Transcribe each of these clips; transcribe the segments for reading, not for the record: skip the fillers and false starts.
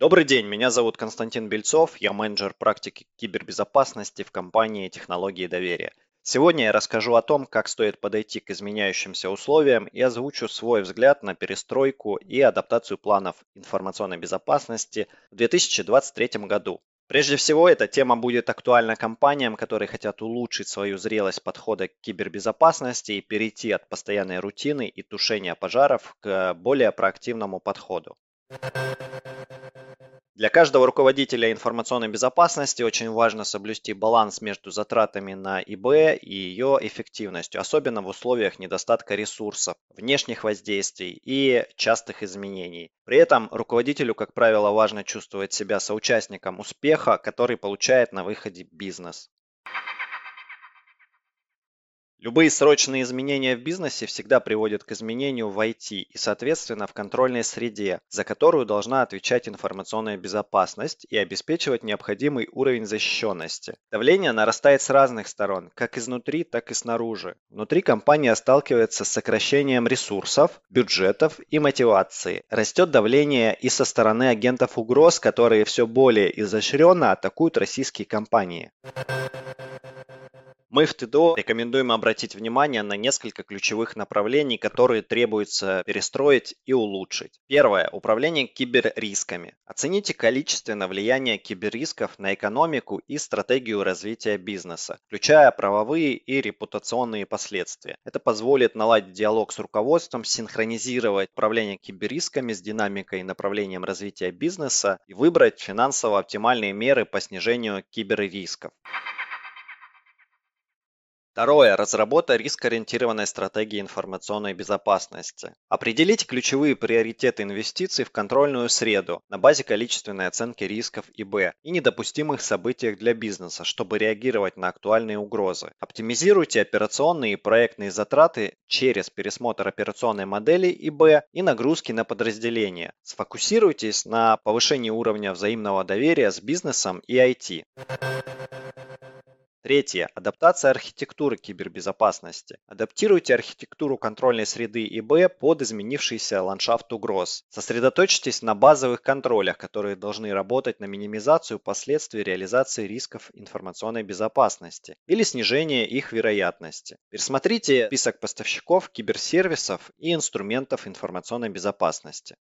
Добрый день, меня зовут Константин Бельцов, я менеджер практики кибербезопасности в компании «Технологии доверия». Сегодня я расскажу о том, как стоит подойти к изменяющимся условиям и озвучу свой взгляд на перестройку и адаптацию планов информационной безопасности в 2023 году. Прежде всего, эта тема будет актуальна компаниям, которые хотят улучшить свою зрелость подхода к кибербезопасности и перейти от постоянной рутины и тушения пожаров к более проактивному подходу. Для каждого руководителя информационной безопасности очень важно соблюсти баланс между затратами на ИБ и ее эффективностью, особенно в условиях недостатка ресурсов, внешних воздействий и частых изменений. При этом руководителю, как правило, важно чувствовать себя соучастником успеха, который получает на выходе бизнес. Любые срочные изменения в бизнесе всегда приводят к изменению в IT и, соответственно, в контрольной среде, за которую должна отвечать информационная безопасность и обеспечивать необходимый уровень защищенности. Давление нарастает с разных сторон, как изнутри, так и снаружи. Внутри компания сталкивается с сокращением ресурсов, бюджетов и мотивации. Растет давление и со стороны агентов угроз, которые все более изощренно атакуют российские компании. Мы в ТДО рекомендуем обратить внимание на несколько ключевых направлений, которые требуется перестроить и улучшить. Первое. Управление киберрисками. Оцените количественное влияние киберрисков на экономику и стратегию развития бизнеса, включая правовые и репутационные последствия. Это позволит наладить диалог с руководством, синхронизировать управление киберрисками с динамикой и направлением развития бизнеса и выбрать финансово оптимальные меры по снижению киберрисков. Второе. Разработка рискоориентированной стратегии информационной безопасности. Определите ключевые приоритеты инвестиций в контрольную среду на базе количественной оценки рисков ИБ и недопустимых событий для бизнеса, чтобы реагировать на актуальные угрозы. Оптимизируйте операционные и проектные затраты через пересмотр операционной модели ИБ и нагрузки на подразделения. Сфокусируйтесь на повышении уровня взаимного доверия с бизнесом и IT. Третье. Адаптация архитектуры кибербезопасности. Адаптируйте архитектуру контрольной среды ИБ под изменившийся ландшафт угроз. Сосредоточьтесь на базовых контролях, которые должны работать на минимизацию последствий реализации рисков информационной безопасности или снижение их вероятности. Пересмотрите список поставщиков киберсервисов и инструментов информационной безопасности.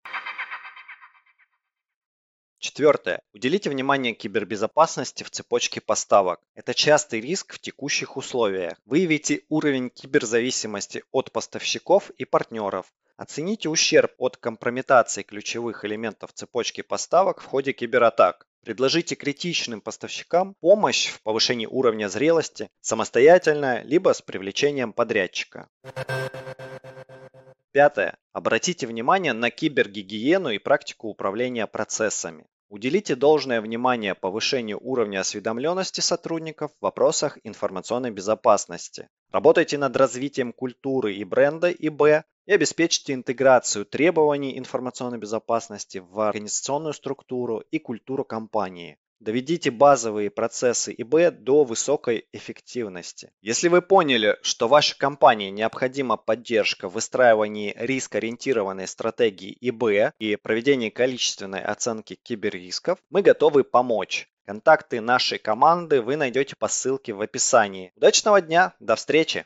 Четвертое. Уделите внимание кибербезопасности в цепочке поставок. Это частый риск в текущих условиях. Выявите уровень киберзависимости от поставщиков и партнеров. Оцените ущерб от компрометации ключевых элементов цепочки поставок в ходе кибератак. Предложите критичным поставщикам помощь в повышении уровня зрелости самостоятельно, либо с привлечением подрядчика. Пятое. Обратите внимание на кибергигиену и практику управления процессами. Уделите должное внимание повышению уровня осведомленности сотрудников в вопросах информационной безопасности. Работайте над развитием культуры и бренда ИБ и обеспечьте интеграцию требований информационной безопасности в организационную структуру и культуру компании. Доведите базовые процессы ИБ до высокой эффективности. Если вы поняли, что вашей компании необходима поддержка в выстраивании рискоориентированной стратегии ИБ и проведении количественной оценки киберрисков, мы готовы помочь. Контакты нашей команды вы найдете по ссылке в описании. Удачного дня, до встречи!